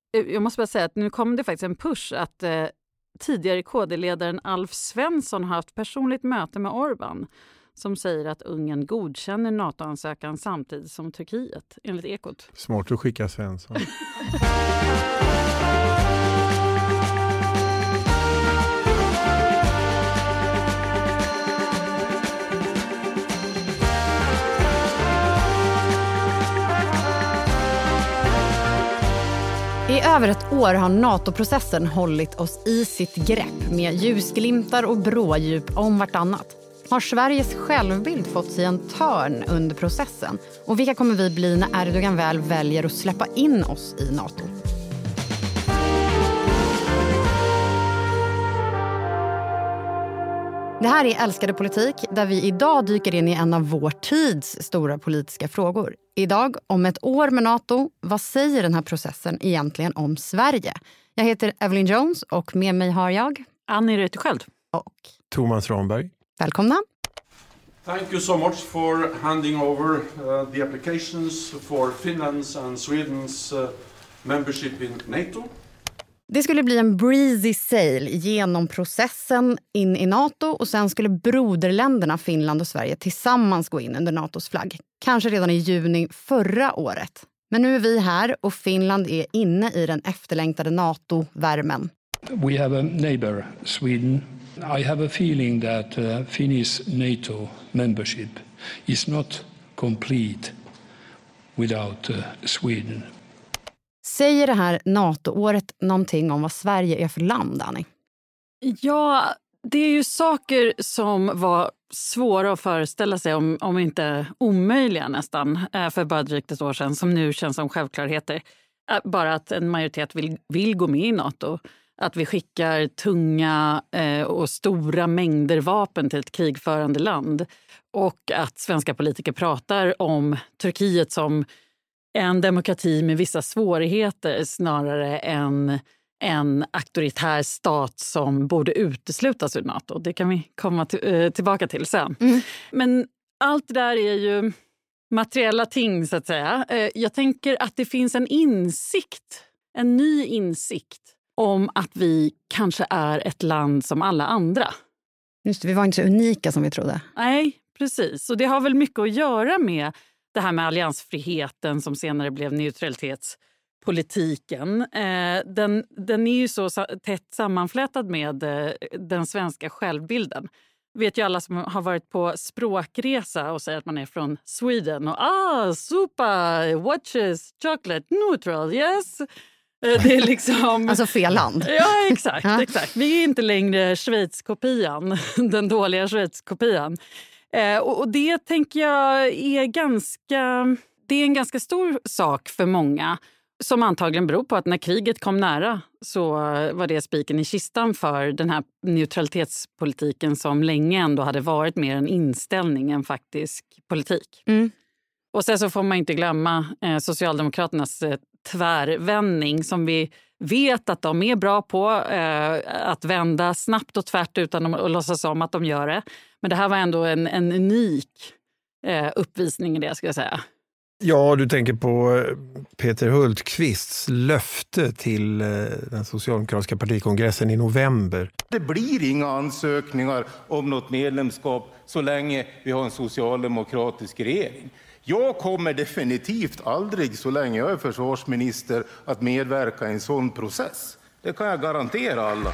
jag måste bara säga att nu kommer det faktiskt en push att tidigare KD-ledaren Alf Svensson har haft personligt möte med Orbán som säger att Ungern godkänner NATO-ansökan samtidigt som Turkiet, enligt Ekot. Smart att skicka Svensson. I över ett år har NATO-processen hållit oss i sitt grepp med ljusglimtar och brådjup om vartannat. Har Sveriges självbild fått sig en törn under processen? Och vilka kommer vi bli när Erdogan väl väljer att släppa in oss i NATO? Det här är Älskade politik, där vi idag dyker in i en av vår tids stora politiska frågor. Idag, om ett år med NATO, vad säger den här processen egentligen om Sverige? Jag heter Evelyn Jones och med mig har jag... Annie Reuterskiöld. Och... Thomas Ramberg. Välkomna. Thank you so much for handing over the applications for Finland's and Sweden's membership in NATO. Det skulle bli en breezy sail genom processen in i NATO och sen skulle broderländerna Finland och Sverige tillsammans gå in under NATOs flagg. Kanske redan i juni förra året. Men nu är vi här och Finland är inne i den efterlängtade NATO-värmen. We have a neighbor, Sweden. I have a feeling that Finnish NATO membership is not complete without Sweden. Säger det här NATO-året någonting om vad Sverige är för land, Annie? Ja, det är ju saker som var svåra att föreställa sig, om inte omöjliga nästan, för bara drygt ett år sedan, som nu känns som självklarheter. Bara att en majoritet vill gå med i NATO. Att vi skickar tunga och stora mängder vapen till ett krigförande land. Och att svenska politiker pratar om Turkiet som en demokrati med vissa svårigheter snarare än en auktoritär stat som borde uteslutas ur NATO. Det kan vi komma tillbaka till sen. Men allt det där är ju materiella ting, så att säga. Jag tänker att det finns en ny insikt om att vi kanske är ett land som alla andra. Just det, vi var inte så unika som vi trodde. Nej, precis. Och det har väl mycket att göra med det här med alliansfriheten som senare blev neutralitetspolitiken. Den är ju så tätt sammanflätad med den svenska självbilden. Vet ju alla som har varit på språkresa och säger att man är från Sweden. Och super, watches, chocolate, neutral, yes. Det är liksom... Alltså fel land. Ja, exakt. Vi är inte längre Schweiz-kopian, den dåliga Schweiz-kopian. Och det tänker jag är en ganska stor sak för många, som antagligen beror på att när kriget kom nära så var det spiken i kistan för den här neutralitetspolitiken som länge ändå hade varit mer en inställning än faktisk politik. Och sen så får man inte glömma Socialdemokraternas tvärvändning som vi vet att de är bra på, att vända snabbt och tvärt utan att låtsas om att de gör det. Men det här var ändå en unik uppvisning i det, ska jag säga. Ja, du tänker på Peter Hultqvists löfte till den socialdemokratiska partikongressen i november. Det blir inga ansökningar om något medlemskap så länge vi har en socialdemokratisk regering. Jag kommer definitivt aldrig, så länge jag är försvarsminister, att medverka i en sån process. Det kan jag garantera alla.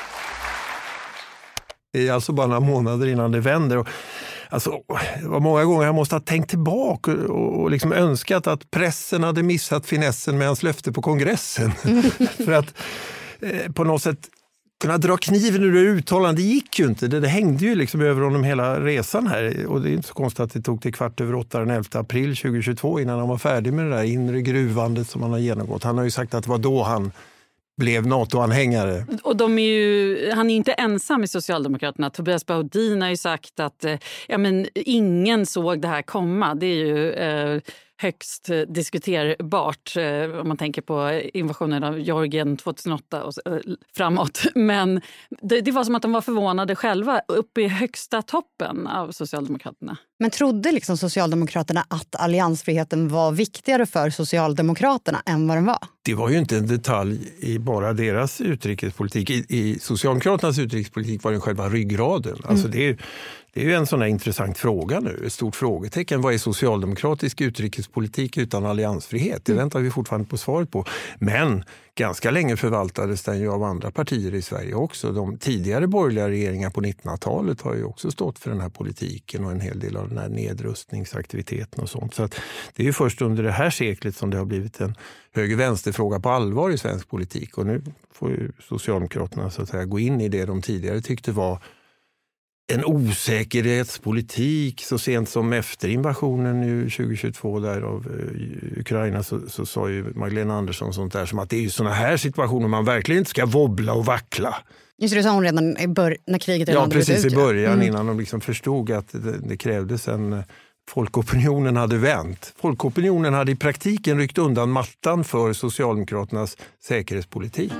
Det är alltså bara några månader innan det vänder. Och, alltså, det var många gånger jag måste ha tänkt tillbaka och liksom önskat att pressen hade missat finessen med hans löfte på kongressen. För att på något sätt kunna dra kniven ur det uttalande, det gick ju inte. Det hängde ju liksom över honom hela resan här. Och det är inte så konstigt att det tog till 7:15 den 11 april 2022 innan han var färdig med det där inre gruvandet som han har genomgått. Han har ju sagt att det var då han blev NATO-anhängare. Och han är ju inte ensam i Socialdemokraterna. Tobias Baudin har ju sagt att ingen såg det här komma. Det är ju högst diskuterbart om man tänker på invasionen av Georgien 2008 och framåt. Men det var som att de var förvånade själva uppe i högsta toppen av Socialdemokraterna. Men trodde liksom Socialdemokraterna att alliansfriheten var viktigare för Socialdemokraterna än vad den var? Det var ju inte en detalj i bara deras utrikespolitik. I Socialdemokraternas utrikespolitik var den själva ryggraden. Alltså det är ju en sån här intressant fråga nu, ett stort frågetecken. Vad är socialdemokratisk utrikespolitik utan alliansfrihet? Det väntar vi fortfarande på svaret på. Men ganska länge förvaltades den ju av andra partier i Sverige också. De tidigare borgerliga regeringar på 1900-talet har ju också stått för den här politiken och en hel del av den här nedrustningsaktiviteten och sånt. Så att det är ju först under det här seklet som det har blivit en höger-vänsterfråga på allvar i svensk politik. Och nu får ju Socialdemokraterna så att säga gå in i det de tidigare tyckte var en osäkerhetspolitik. Så sent som efter invasionen nu 2022 där av Ukraina så sa ju Magdalena Andersson sånt där som att det är ju såna här situationer man verkligen inte ska wobbla och vackla. Just det, sa hon redan när kriget redan bröt ut. Ja, precis i början innan de liksom förstod att det krävdes en... Folkopinionen hade vänt. Folkopinionen hade i praktiken ryckt undan mattan för Socialdemokraternas säkerhetspolitik.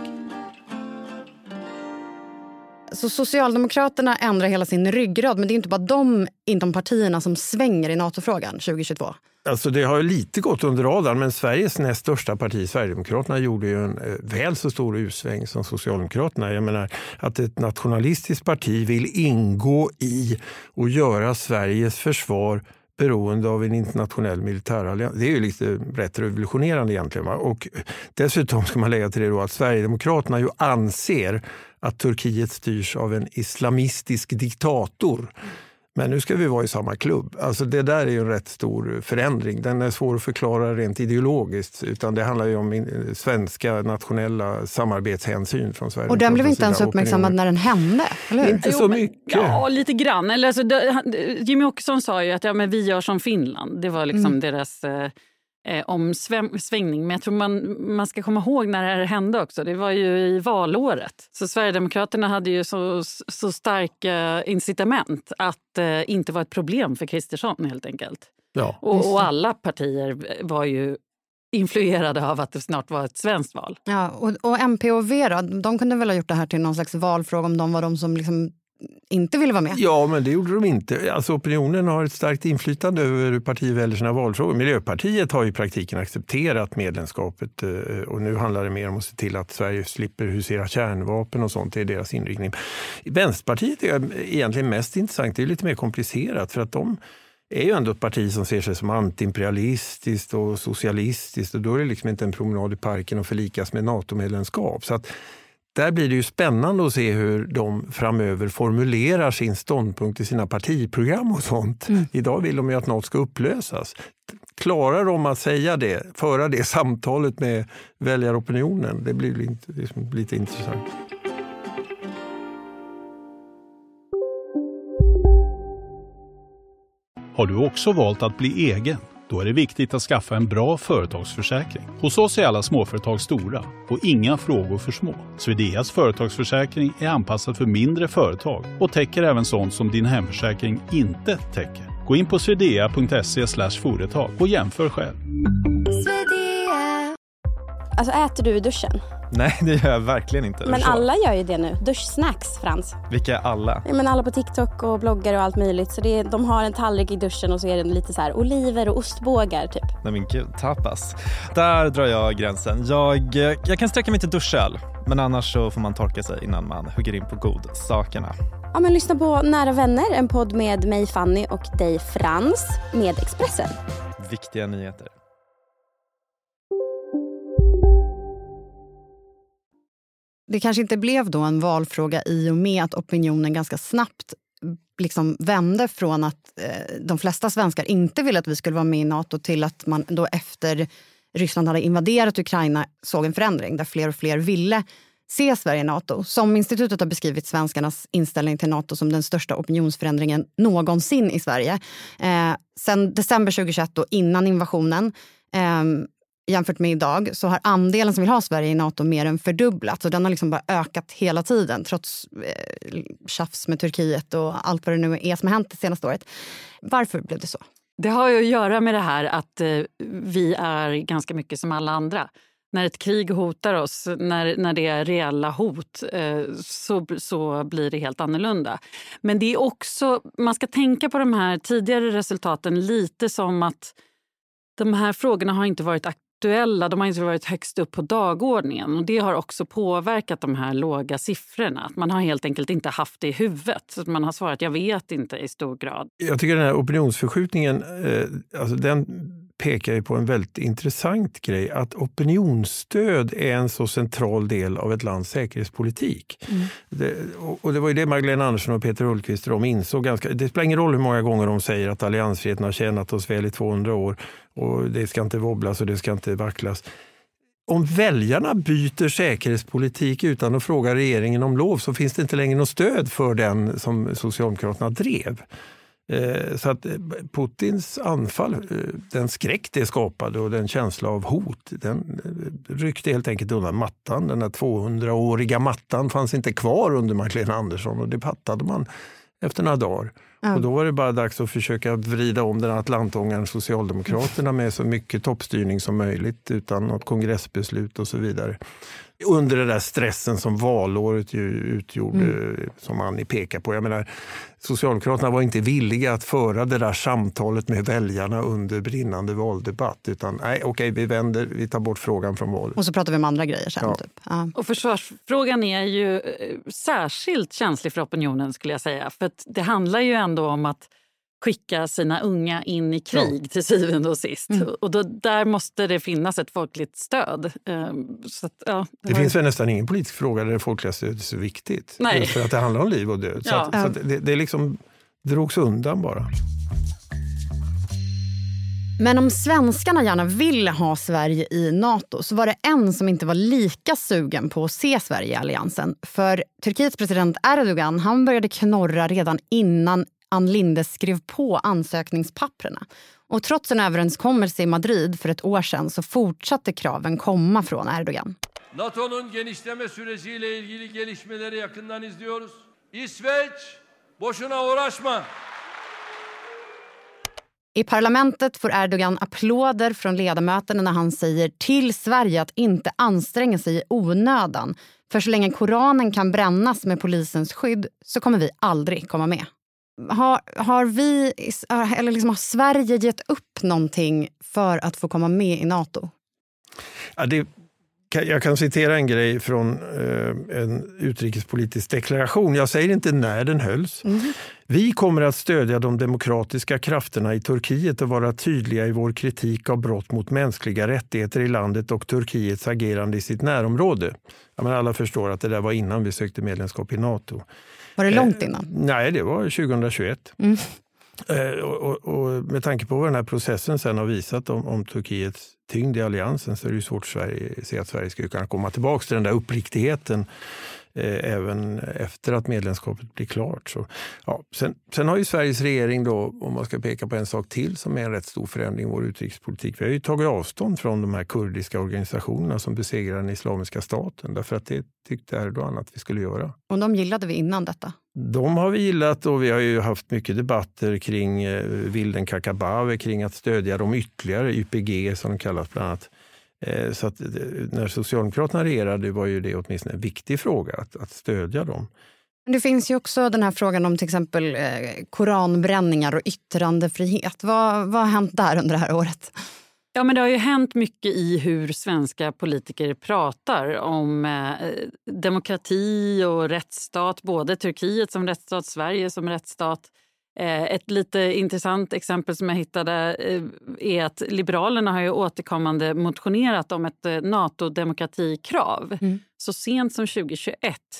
Så Socialdemokraterna ändrar hela sin ryggrad, men det är inte bara de partierna som svänger i NATO-frågan 2022. Alltså det har ju lite gått under radarn, men Sveriges näst största parti, Sverigedemokraterna, gjorde ju en väl så stor utsväng som Socialdemokraterna. Jag menar att ett nationalistiskt parti vill ingå i och göra Sveriges försvar beroende av en internationell militärallians. Det är ju lite rätt revolutionerande egentligen. Va? Och dessutom ska man lägga till det då att Sverigedemokraterna ju anser att Turkiet styrs av en islamistisk diktator. Men nu ska vi vara i samma klubb. Alltså det där är ju en rätt stor förändring. Den är svår att förklara rent ideologiskt. Utan det handlar ju om svenska nationella samarbetshänsyn från Sverige. Och den blev inte ens uppmärksammad när den hände, eller hur? Inte så mycket. Ja, lite grann. Eller alltså, Jimmy Åkesson sa ju att men vi gör som Finland. Det var liksom deras omsvängning. Men jag tror man ska komma ihåg när det här hände också. Det var ju i valåret. Så Sverigedemokraterna hade ju så starka incitament att inte vara ett problem för Kristersson helt enkelt. Ja. Och alla partier var ju influerade av att det snart var ett svenskt val. Ja, och MP och V då, de kunde väl ha gjort det här till någon slags valfråga om de var de som liksom inte ville vara med. Ja, men det gjorde de inte. Alltså opinionen har ett starkt inflytande över hur partiet väljer sina valfrågor. Miljöpartiet har i praktiken accepterat medlemskapet och nu handlar det mer om att se till att Sverige slipper husera kärnvapen och sånt. Det är deras inriktning. Vänsterpartiet är egentligen mest intressant. Det är lite mer komplicerat för att de är ju ändå ett parti som ser sig som antiimperialistiskt och socialistiskt och då är det liksom inte en promenad i parken och förlikas med NATO-medlemskap. Så att där blir det ju spännande att se hur de framöver formulerar sin ståndpunkt i sina partiprogram och sånt. Idag vill de ju att något ska upplösas. Klarar de att säga det, föra det samtalet med väljaropinionen? Det blir lite intressant. Har du också valt att bli egen? Då är det viktigt att skaffa en bra företagsförsäkring. Hos oss är alla småföretag stora och inga frågor för små. Swedeas företagsförsäkring är anpassad för mindre företag och täcker även sånt som din hemförsäkring inte täcker. Gå in på swedea.se/företag och jämför själv. Alltså äter du i duschen? Nej, det gör jag verkligen inte. Men alla gör ju det nu. Duschsnacks, Frans. Vilka är alla? Ja, men alla på TikTok och bloggar och allt möjligt. Så de har en tallrik i duschen och så är det lite så här oliver och ostbågar typ. Nej men gud, tapas. Där drar jag gränsen. Jag kan sträcka mig till duschöl. Men annars så får man torka sig innan man hugger in på godsakerna. Ja, men lyssna på Nära vänner. En podd med mig, Fanny, och dig, Frans. Med Expressen. Viktiga nyheter. Det kanske inte blev då en valfråga i och med att opinionen ganska snabbt liksom vände från att de flesta svenskar inte ville att vi skulle vara med i NATO till att man då efter Ryssland hade invaderat Ukraina såg en förändring där fler och fler ville se Sverige i NATO. Som institutet har beskrivit svenskarnas inställning till NATO som den största opinionsförändringen någonsin i Sverige. Sen december 2021 då, innan invasionen jämfört med idag så har andelen som vill ha Sverige i NATO mer än fördubblats och den har liksom bara ökat hela tiden trots tjafs med Turkiet och allt vad det nu är som har hänt det senaste året. Varför blev det så? Det har ju att göra med det här att vi är ganska mycket som alla andra. När ett krig hotar oss, när det är reella hot, så blir det helt annorlunda. Men det är också, man ska tänka på de här tidigare resultaten lite som att de här frågorna har inte varit aktuella, de har inte varit högst upp på dagordningen. Och det har också påverkat de här låga siffrorna. Man har helt enkelt inte haft det i huvudet. Så man har svarat, jag vet inte i stor grad. Jag tycker den här opinionsförskjutningen, alltså den pekar ju på en väldigt intressant grej. Att opinionsstöd är en så central del av ett lands säkerhetspolitik. Och det var ju det Magdalena Andersson och Peter Hultqvist insåg ganska. Det spelar ingen roll hur många gånger de säger att alliansfriheten har tjänat oss väl i 200 år. Och det ska inte wobblas och det ska inte vacklas. Om väljarna byter säkerhetspolitik utan att fråga regeringen om lov så finns det inte längre något stöd för den som Socialdemokraterna drev. Så att Putins anfall, den skräck det skapade och den känsla av hot, den ryckte helt enkelt undan mattan. Den där 200-åriga mattan fanns inte kvar under Magdalena Andersson och det pattade man efter några dagar. Och då var det bara dags att försöka vrida om den atlantångaren Socialdemokraterna med så mycket toppstyrning som möjligt utan något kongressbeslut och så vidare. Under den där stressen som valåret utgjorde, som Annie pekar på. Jag menar, Socialdemokraterna var inte villiga att föra det där samtalet med väljarna under brinnande valdebatt. Utan vi tar bort frågan från valet. Och så pratar vi om andra grejer sen. Ja. Typ. Ja. Och försvarsfrågan är ju särskilt känslig för opinionen skulle jag säga. För att det handlar ju ändå om att skicka sina unga in i krig till syvende och sist. Och där måste det finnas ett folkligt stöd. Så att, det finns väl nästan ingen politisk fråga där det folkliga stödet är så viktigt. Nej. För att det handlar om liv och död. Så att det liksom drogs undan bara. Men om svenskarna gärna vill ha Sverige i NATO så var det en som inte var lika sugen på att se Sverige i alliansen. För Turkiets president Erdogan, han började knorra redan innan Ann Linde skrev på ansökningspapperna. Och trots en överenskommelse i Madrid för ett år sedan så fortsatte kraven komma från Erdogan. NATO'nun genişleme süreciyle ilgili gelişmeleri yakından izliyoruz. İsveç, boşuna uğraşma. I parlamentet får Erdogan applåder från ledamöterna när han säger till Sverige att inte anstränga sig i onödan. För så länge Koranen kan brännas med polisens skydd så kommer vi aldrig komma med. Har Sverige gett upp någonting för att få komma med i NATO? Ja, jag kan citera en grej från en utrikespolitisk deklaration. Jag säger inte när den hölls. Vi kommer att stödja de demokratiska krafterna i Turkiet och vara tydliga i vår kritik av brott mot mänskliga rättigheter i landet och Turkiets agerande i sitt närområde. Ja, men alla förstår att det där var innan vi sökte medlemskap i NATO. Var det långt innan? Nej, det var 2021. Och med tanke på vad den här processen sen har visat om Turkiets tyngd i alliansen så är det ju svårt att se att Sverige skulle kunna komma tillbaka till den där uppriktigheten även efter att medlemskapet blir klart. Så, ja. Sen har ju Sveriges regering då, om man ska peka på en sak till som är en rätt stor förändring i vår utrikespolitik. Vi har ju tagit avstånd från de här kurdiska organisationerna som besegrar den islamiska staten därför att det tyckte Erdogan att vi skulle göra. Och de gillade vi innan detta? De har vi gillat och vi har ju haft mycket debatter kring Vilden Kakabaveh, kring att stödja dem ytterligare, YPG som de kallas bland annat. Så att när Socialdemokraterna regerade var ju det åtminstone en viktig fråga att stödja dem. Det finns ju också den här frågan om till exempel koranbränningar och yttrandefrihet. Vad har hänt där under det här året? Ja, men det har ju hänt mycket i hur svenska politiker pratar om demokrati och rättsstat. Både Turkiet som rättsstat, Sverige som rättsstat. Ett lite intressant exempel som jag hittade är att Liberalerna har ju återkommande motionerat om ett NATO-demokratikrav. Så sent som 2021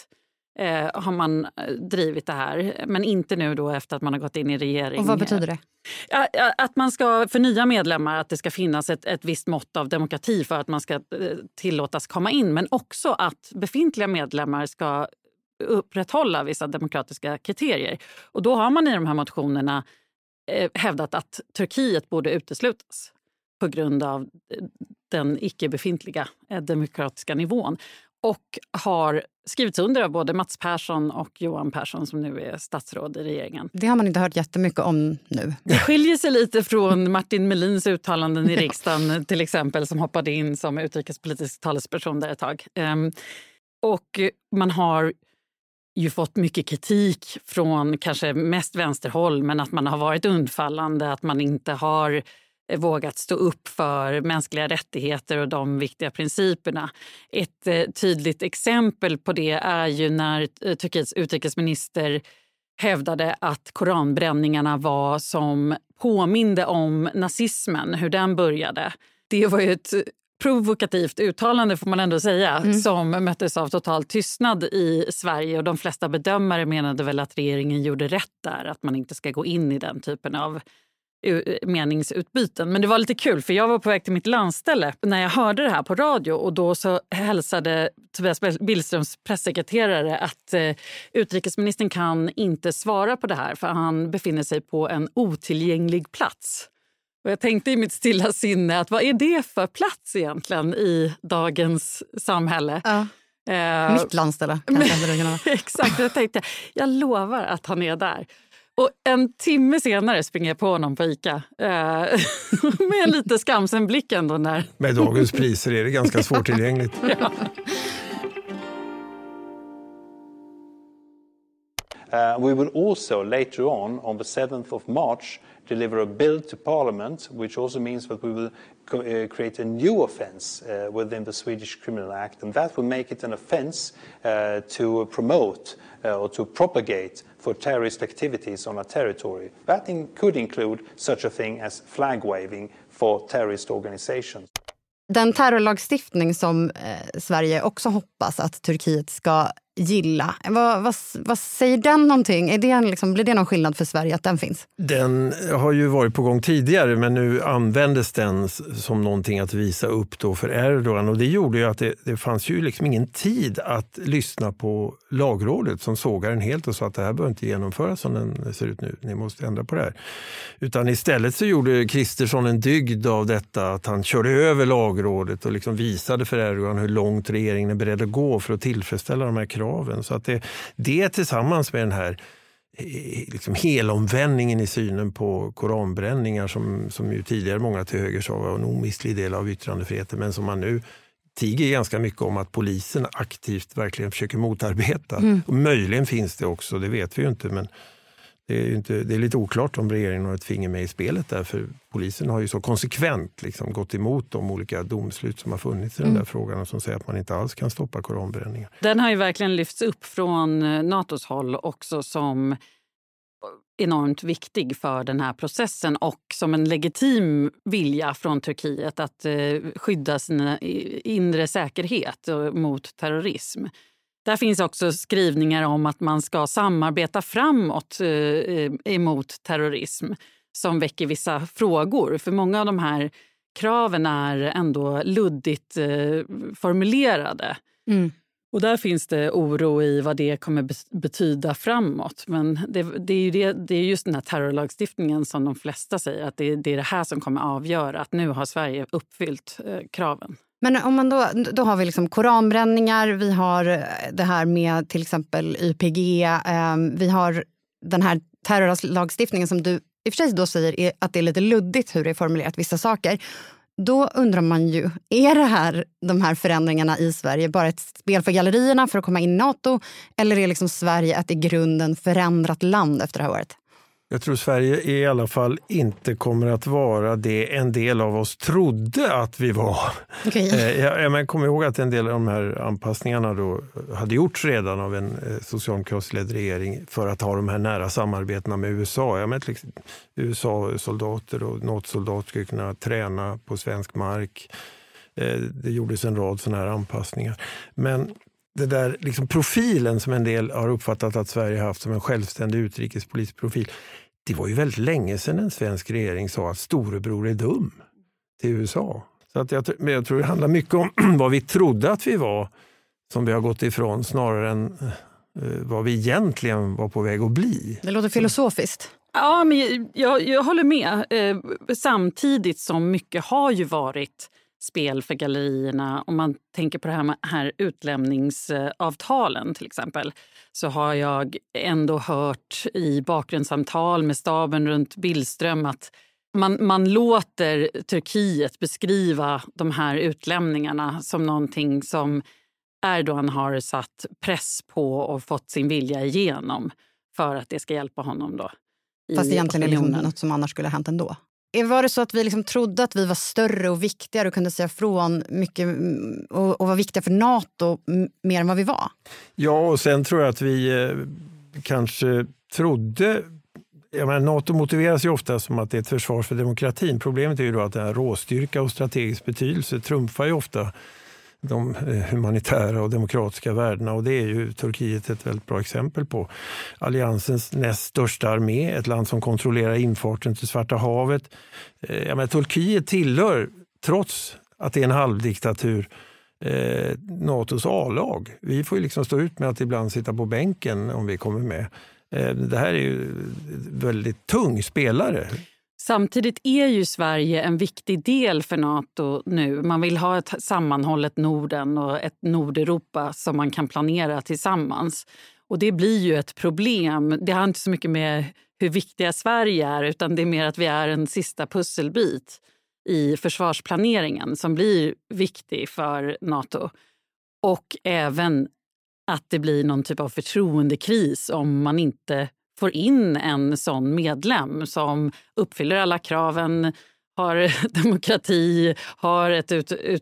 har man drivit det här, men inte nu då efter att man har gått in i regering. Och vad betyder det? Att man ska, för nya medlemmar, att det ska finnas ett visst mått av demokrati för att man ska tillåtas komma in, men också att befintliga medlemmar ska upprätthålla vissa demokratiska kriterier. Och då har man i de här motionerna hävdat att Turkiet borde uteslutas på grund av den icke-befintliga demokratiska nivån. och har skrivits under av både Mats Persson och Johan Persson som nu är statsråd i regeringen. Det har man inte hört jättemycket om nu. Det skiljer sig lite från Martin Melins uttalanden i riksdagen till exempel, som hoppade in som utrikespolitisk talesperson där ett tag. Och man har ju fått mycket kritik från kanske mest vänsterhåll, men att man har varit undfallande, att man inte har vågat stå upp för mänskliga rättigheter och de viktiga principerna. Ett tydligt exempel på det är ju när Turkiets utrikesminister hävdade att koranbränningarna var som påminde om nazismen, hur den började. Det var ju ett provokativt uttalande får man ändå säga, som möttes av total tystnad i Sverige, och de flesta bedömare menade väl att regeringen gjorde rätt där, att man inte ska gå in i den typen av meningsutbyten. Men det var lite kul, för jag var på väg till mitt landställe när jag hörde det här på radio, och då så hälsade Tobias Billströms pressekreterare att utrikesministern kan inte svara på det här för han befinner sig på en otillgänglig plats. Och jag tänkte i mitt stilla sinne att vad är det för plats egentligen i dagens samhälle? Ja. Mitt landställe. Exakt, jag tänkte, jag lovar att han är där. Och en timme senare springer jag på honom på ICA med en lite skamsen blick ändå. Med dagens priser är det ganska svårtillgängligt. Ja. We will also later on the 7th of March, deliver a bill to Parliament, which also means that we will create a new offence within the Swedish Criminal Act, and that will make it an offence to promote or to propagate for terrorist activities on a territory. That could include such a thing as flag waving for terrorist organizations. Den terrorlagstiftning som Sverige också hoppas att Turkiet ska gilla. Vad säger den någonting? Blir det någon skillnad för Sverige att den finns? Den har ju varit på gång tidigare, men nu användes den som någonting att visa upp då för Erdogan. Och det gjorde ju att det fanns ju liksom ingen tid att lyssna på lagrådet som sågar den helt och sa att det här bör inte genomföras som den ser ut nu. Ni måste ändra på det här. Utan istället så gjorde Kristersson en dygd av detta, att han körde över lagrådet och liksom visade för Erdogan hur långt regeringen är beredd att gå för att tillfredsställa de här kraven. Så att det tillsammans med den här liksom helomvändningen i synen på koranbränningar som ju tidigare många till höger sa var en omistlig del av yttrandefriheten, men som man nu tiger ganska mycket om att polisen aktivt verkligen försöker motarbeta. Och möjligen finns det också, det vet vi ju inte, men det är lite oklart om regeringen har ett finger med i spelet där, för polisen har ju så konsekvent liksom gått emot de olika domslut som har funnits i den där frågan och som säger att man inte alls kan stoppa koranbränningar. Den har ju verkligen lyfts upp från NATOs håll också som enormt viktig för den här processen och som en legitim vilja från Turkiet att skydda sin inre säkerhet mot terrorism. Där finns också skrivningar om att man ska samarbeta framåt emot terrorism som väcker vissa frågor. För många av de här kraven är ändå luddigt formulerade. Och där finns det oro i vad det kommer betyda framåt. Men det är just den här terrorlagstiftningen som de flesta säger att det är det här som kommer avgöra att nu har Sverige uppfyllt kraven. Men om man då har vi liksom koranbränningar, vi har det här med till exempel YPG, vi har den här terrorlagstiftningen som du i och för sig då säger att det är lite luddigt hur det är formulerat vissa saker. Då undrar man ju, är de här förändringarna i Sverige bara ett spel för gallerierna för att komma in i NATO, eller är liksom Sverige ett i grunden förändrat land efter det här året? Jag tror Sverige i alla fall inte kommer att vara det en del av oss trodde att vi var. Okay. Jag kommer ihåg att en del av de här anpassningarna då hade gjorts redan av en socialdemokratisk ledd regering för att ha de här nära samarbetena med USA. Liksom, USA-soldater och NATO-soldater skulle kunna träna på svensk mark. Det gjordes en rad sådana här anpassningar. Men det där liksom profilen som en del har uppfattat att Sverige har haft som en självständig utrikespolitisk profil, det var ju väldigt länge sedan en svensk regering sa att storebror är dum till USA. Så att jag tror det handlar mycket om vad vi trodde att vi var som vi har gått ifrån snarare än vad vi egentligen var på väg att bli. Det låter filosofiskt. Ja, men jag håller med. Samtidigt som mycket har ju varit spel för gallerierna. Om man tänker på det här utlämningsavtalen till exempel, så har jag ändå hört i bakgrundssamtal med staben runt Billström att man låter Turkiet beskriva de här utlämningarna som någonting som Erdogan har satt press på och fått sin vilja igenom för att det ska hjälpa honom då. Fast egentligen är det liksom något som annars skulle ha hänt ändå. Var det så att vi liksom trodde att vi var större och viktigare och kunde säga från mycket och var viktiga för NATO mer än vad vi var? Ja, och sen tror jag att vi kanske trodde... NATO motiveras ju ofta som att det är ett försvar för demokratin. Problemet är ju då att den här råstyrka och strategisk betydelse trumfar ju ofta de humanitära och demokratiska värdena, och det är ju Turkiet ett väldigt bra exempel på. Alliansens näst största armé, ett land som kontrollerar infarten till Svarta havet. Turkiet tillhör, trots att det är en halvdiktatur, NATOs A-lag. Vi får ju liksom stå ut med att ibland sitta på bänken om vi kommer med. Det här är ju väldigt tung spelare. Samtidigt är ju Sverige en viktig del för NATO nu. Man vill ha ett sammanhållet Norden och ett Nordeuropa som man kan planera tillsammans. Och det blir ju ett problem. Det har inte så mycket med hur viktiga Sverige är, utan det är mer att vi är en sista pusselbit i försvarsplaneringen som blir viktig för NATO. Och även att det blir någon typ av förtroendekris om man inte får in en sån medlem som uppfyller alla kraven, har demokrati, har ett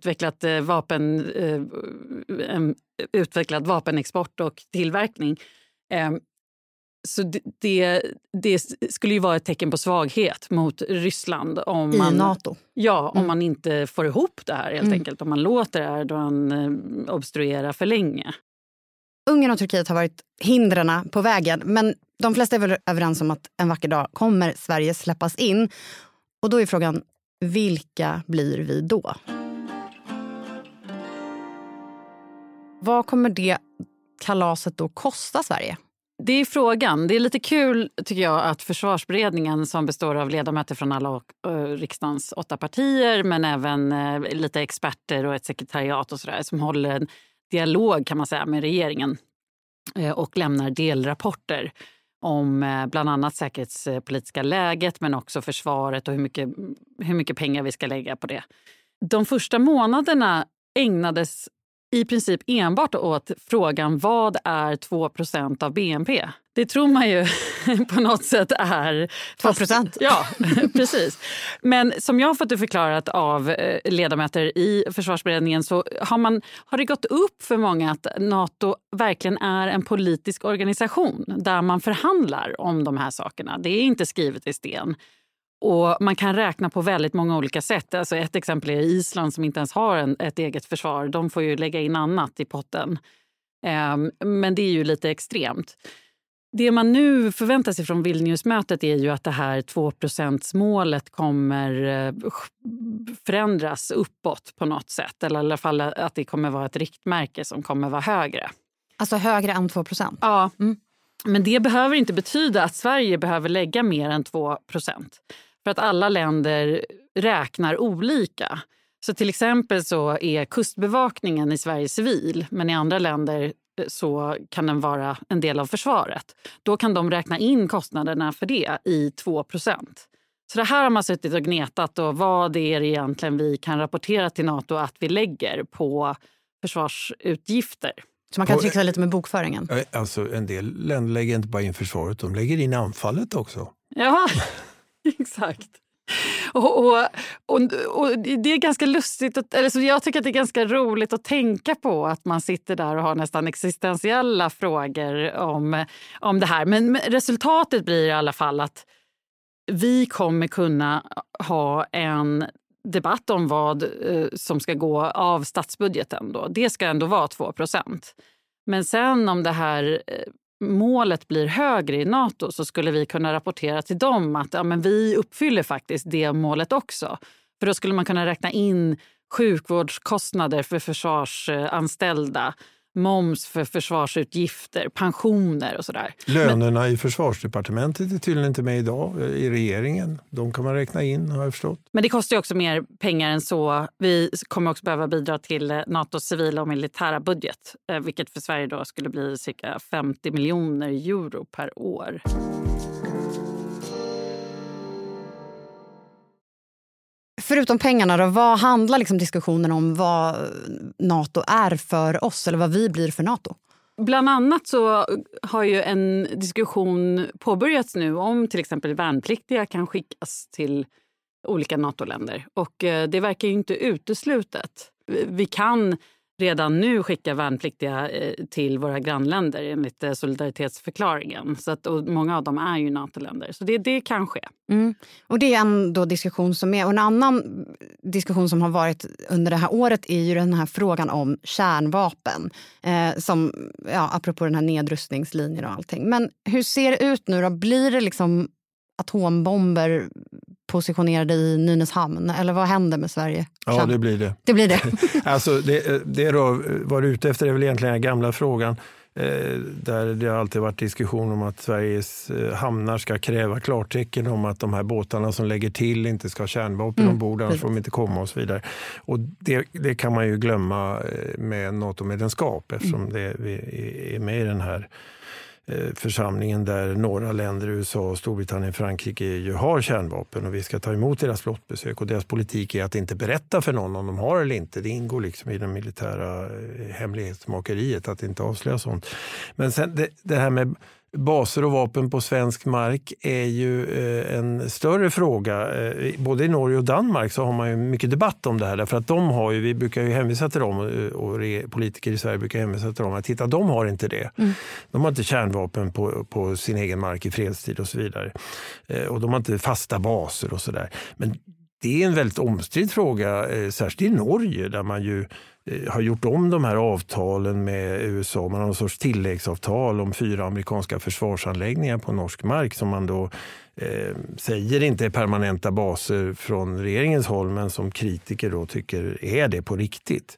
utvecklad vapenexport och tillverkning. Så det skulle ju vara ett tecken på svaghet mot Ryssland om man, NATO. Ja, om man inte får ihop det här helt enkelt. Om man låter Erdogan obstruera för länge. Ungern och Turkiet har varit hindren på vägen, men de flesta är väl överens om att en vacker dag kommer Sverige släppas in. Och då är frågan, vilka blir vi då? Vad kommer det kalaset då kosta Sverige? Det är frågan. Det är lite kul tycker jag att försvarsberedningen som består av ledamöter från alla riksdagens 8 partier, men även lite experter och ett sekretariat och sådär, som håller en dialog kan man säga med regeringen och lämnar delrapporter om bland annat säkerhetspolitiska läget, men också försvaret och hur mycket pengar vi ska lägga på det. De första månaderna ägnades i princip enbart åt frågan vad är 2% av BNP? Det tror man ju på något sätt är... 2%? Ja, precis. Men som jag har fått det förklarat av ledamöter i försvarsberedningen så har det gått upp för många att NATO verkligen är en politisk organisation där man förhandlar om de här sakerna. Det är inte skrivet i sten. Och man kan räkna på väldigt många olika sätt. Alltså ett exempel är Island som inte ens har ett eget försvar. De får ju lägga in annat i potten. Men det är ju lite extremt. Det man nu förväntar sig från Vilniusmötet är ju att det här 2%-målet kommer förändras uppåt på något sätt. Eller i alla fall att det kommer vara ett riktmärke som kommer vara högre. Alltså högre än 2%? Ja, men det behöver inte betyda att Sverige behöver lägga mer än 2%. För att alla länder räknar olika. Så till exempel så är kustbevakningen i Sverige civil, men i andra länder så kan den vara en del av försvaret. Då kan de räkna in kostnaderna för det i 2%. Så det här har man suttit och gnetat och vad det är egentligen vi kan rapportera till NATO att vi lägger på försvarsutgifter. Så man kan trixa lite med bokföringen? Alltså en del länder lägger inte bara in försvaret, de lägger in anfallet också. Ja, exakt. Och det är ganska lustigt, eller så jag tycker att det är ganska roligt att tänka på att man sitter där och har nästan existentiella frågor om det här. Men resultatet blir i alla fall att vi kommer kunna ha en debatt om vad som ska gå av statsbudgeten. Då. Det ska ändå vara 2%. Men sen om det här målet blir högre i NATO så skulle vi kunna rapportera till dem att ja, men vi uppfyller faktiskt det målet också. För då skulle man kunna räkna in sjukvårdskostnader för försvarsanställda moms för försvarsutgifter, pensioner och sådär. Lönerna i försvarsdepartementet är tydligen inte med idag i regeringen. De kan man räkna in, har jag förstått. Men det kostar ju också mer pengar än så. Vi kommer också behöva bidra till NATOs civila och militära budget, vilket för Sverige då skulle bli cirka 50 miljoner euro per år. Förutom pengarna då, vad handlar liksom diskussionen om vad NATO är för oss eller vad vi blir för NATO? Bland annat så har ju en diskussion påbörjats nu om till exempel värnpliktiga kan skickas till olika NATO-länder. Och det verkar ju inte uteslutet. Vi kan redan nu skicka värnpliktiga till våra grannländer enligt solidaritetsförklaringen. Så att, och många av dem är ju NATO-länder. Så det kan ske. Mm. Och det är en då diskussion som är. Och en annan diskussion som har varit under det här året är ju den här frågan om kärnvapen. Som, ja, apropå den här nedrustningslinjen och allting. Men hur ser det ut nu då? Blir det liksom atombomber positionerade i Nynäshamn? Eller vad händer med Sverige? Ja, det blir det. Det blir det. Alltså det var ute efter är väl egentligen den gamla frågan där det har alltid varit diskussion om att Sveriges hamnar ska kräva klartecken om att de här båtarna som lägger till inte ska ha kärnvapen ombord, annars får de inte komma och så vidare. Och det kan man ju glömma med NATO-medlemskap eftersom vi är med i den här församlingen där några länder, USA, Storbritannien, Frankrike ju har kärnvapen och vi ska ta emot deras flottbesök och deras politik är att inte berätta för någon om de har eller inte. Det ingår liksom i det militära hemlighetsmakeriet att inte avslöja sånt. Men sen det här med baser och vapen på svensk mark är ju en större fråga. Både i Norge och Danmark så har man ju mycket debatt om det här. Därför att de har ju, vi brukar ju hänvisa till dem och politiker i Sverige brukar hänvisa till dem att titta, de har inte det. De har inte kärnvapen på sin egen mark i fredstid och så vidare. Och de har inte fasta baser och sådär. Men det är en väldigt omstridd fråga, särskilt i Norge där man ju har gjort om de här avtalen med USA. Man har en sorts tilläggsavtal om 4 amerikanska försvarsanläggningar på norsk mark som man då säger inte är permanenta baser från regeringens håll men som kritiker då tycker är det på riktigt.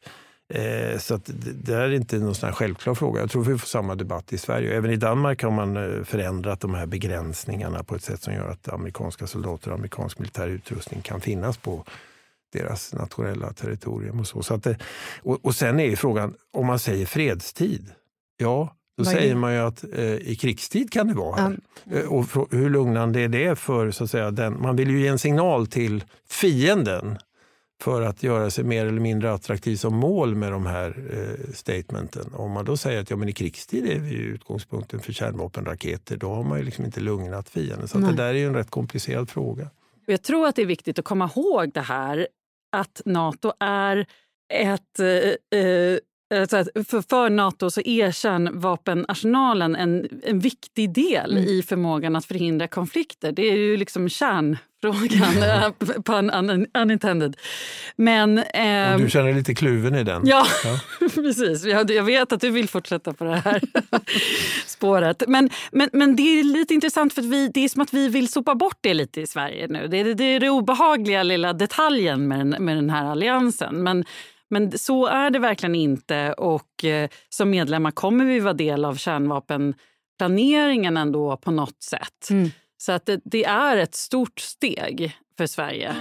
Så att det är inte någon sån här självklar fråga. Jag tror vi får samma debatt i Sverige. Även i Danmark har man förändrat de här begränsningarna på ett sätt som gör att amerikanska soldater och amerikansk militär utrustning kan finnas på deras nationella territorium och så. Så att och sen är ju frågan, om man säger fredstid, ja, då säger man ju att i krigstid kan det vara här. Och hur lugnande är det för så att säga man vill ju ge en signal till fienden för att göra sig mer eller mindre attraktiv som mål med de här statementen. Om man då säger att ja, men i krigstid är vi utgångspunkten för kärnvapenraketer, då har man ju liksom inte lugnat fienden. Så att det där är ju en rätt komplicerad fråga. Jag tror att det är viktigt att komma ihåg det här att NATO är för NATO så är kärnvapenarsenalen en viktig del i förmågan att förhindra konflikter. Det är ju liksom kärnfrågan, pun unintended. Men, du känner lite kluven i den. Ja. Precis. Jag vet att du vill fortsätta på det här spåret. Men det är lite intressant för att det är som att vi vill sopa bort det lite i Sverige nu. Det är det obehagliga lilla detaljen med den här alliansen. Men så är det verkligen inte och som medlemmar kommer vi vara del av kärnvapenplaneringen ändå på något sätt. Så att det är ett stort steg för Sverige.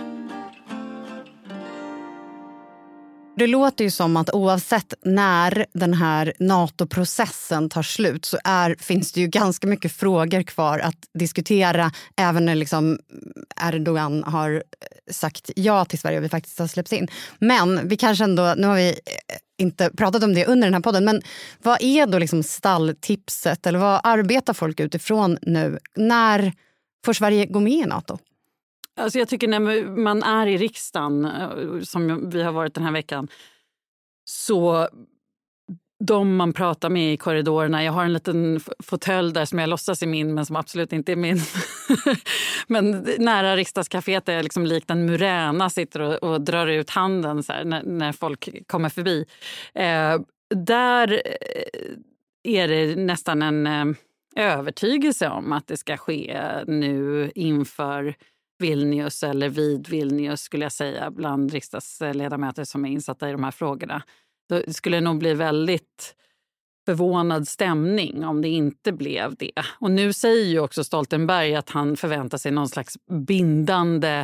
Det låter ju som att oavsett när den här NATO-processen tar slut så finns det ju ganska mycket frågor kvar att diskutera även när liksom Erdogan har sagt ja till Sverige och vi faktiskt har släppts in. Men vi kanske ändå, nu har vi inte pratat om det under den här podden, men vad är då liksom stalltipset eller vad arbetar folk utifrån nu? När får Sverige gå med i NATO? Alltså jag tycker när man är i riksdagen, som vi har varit den här veckan, så de man pratar med i korridorerna, jag har en liten fåtölj där som jag låtsas är min men som absolut inte är min. Men nära riksdagscaféet är jag liksom likt en muräna, sitter och drar ut handen så här, när folk kommer förbi. Där är det nästan en övertygelse om att det ska ske nu inför Vilnius eller vid Vilnius skulle jag säga bland riksdagsledamöter som är insatta i de här frågorna. Då skulle det nog bli väldigt förvånad stämning om det inte blev det. Och nu säger ju också Stoltenberg att han förväntar sig någon slags bindande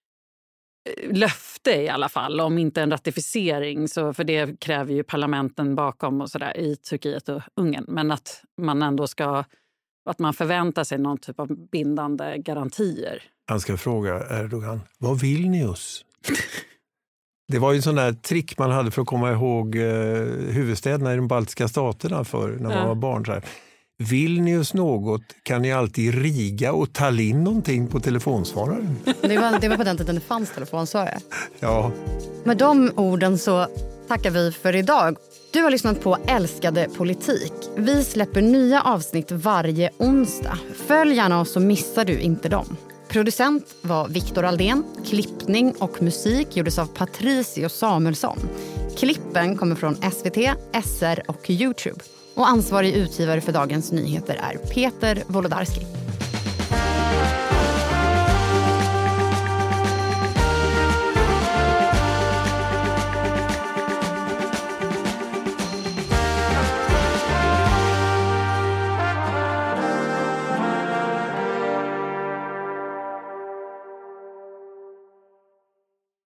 löfte i alla fall, om inte en ratificering, så för det kräver ju parlamenten bakom och sådär i Turkiet och Ungern, men att man ändå att man förväntar sig någon typ av bindande garantier. Han ska fråga Erdogan, vad vill ni oss? Det var ju en sån där trick man hade för att komma ihåg huvudstäderna i de baltiska staterna för när man var barn. Så här. Vill ni oss något kan ni alltid riga och Tallinn någonting på telefonsvararen. Det var på den tiden det fanns telefonsvarare. Ja. Med de orden så tackar vi för idag. Du har lyssnat på Älskade politik. Vi släpper nya avsnitt varje onsdag. Följ gärna oss så missar du inte dem. Producent var Viktor Aldén. Klippning och musik gjordes av Patricio Samuelsson. Klippen kommer från SVT, SR och YouTube. Och ansvarig utgivare för dagens nyheter är Peter Wolodarski.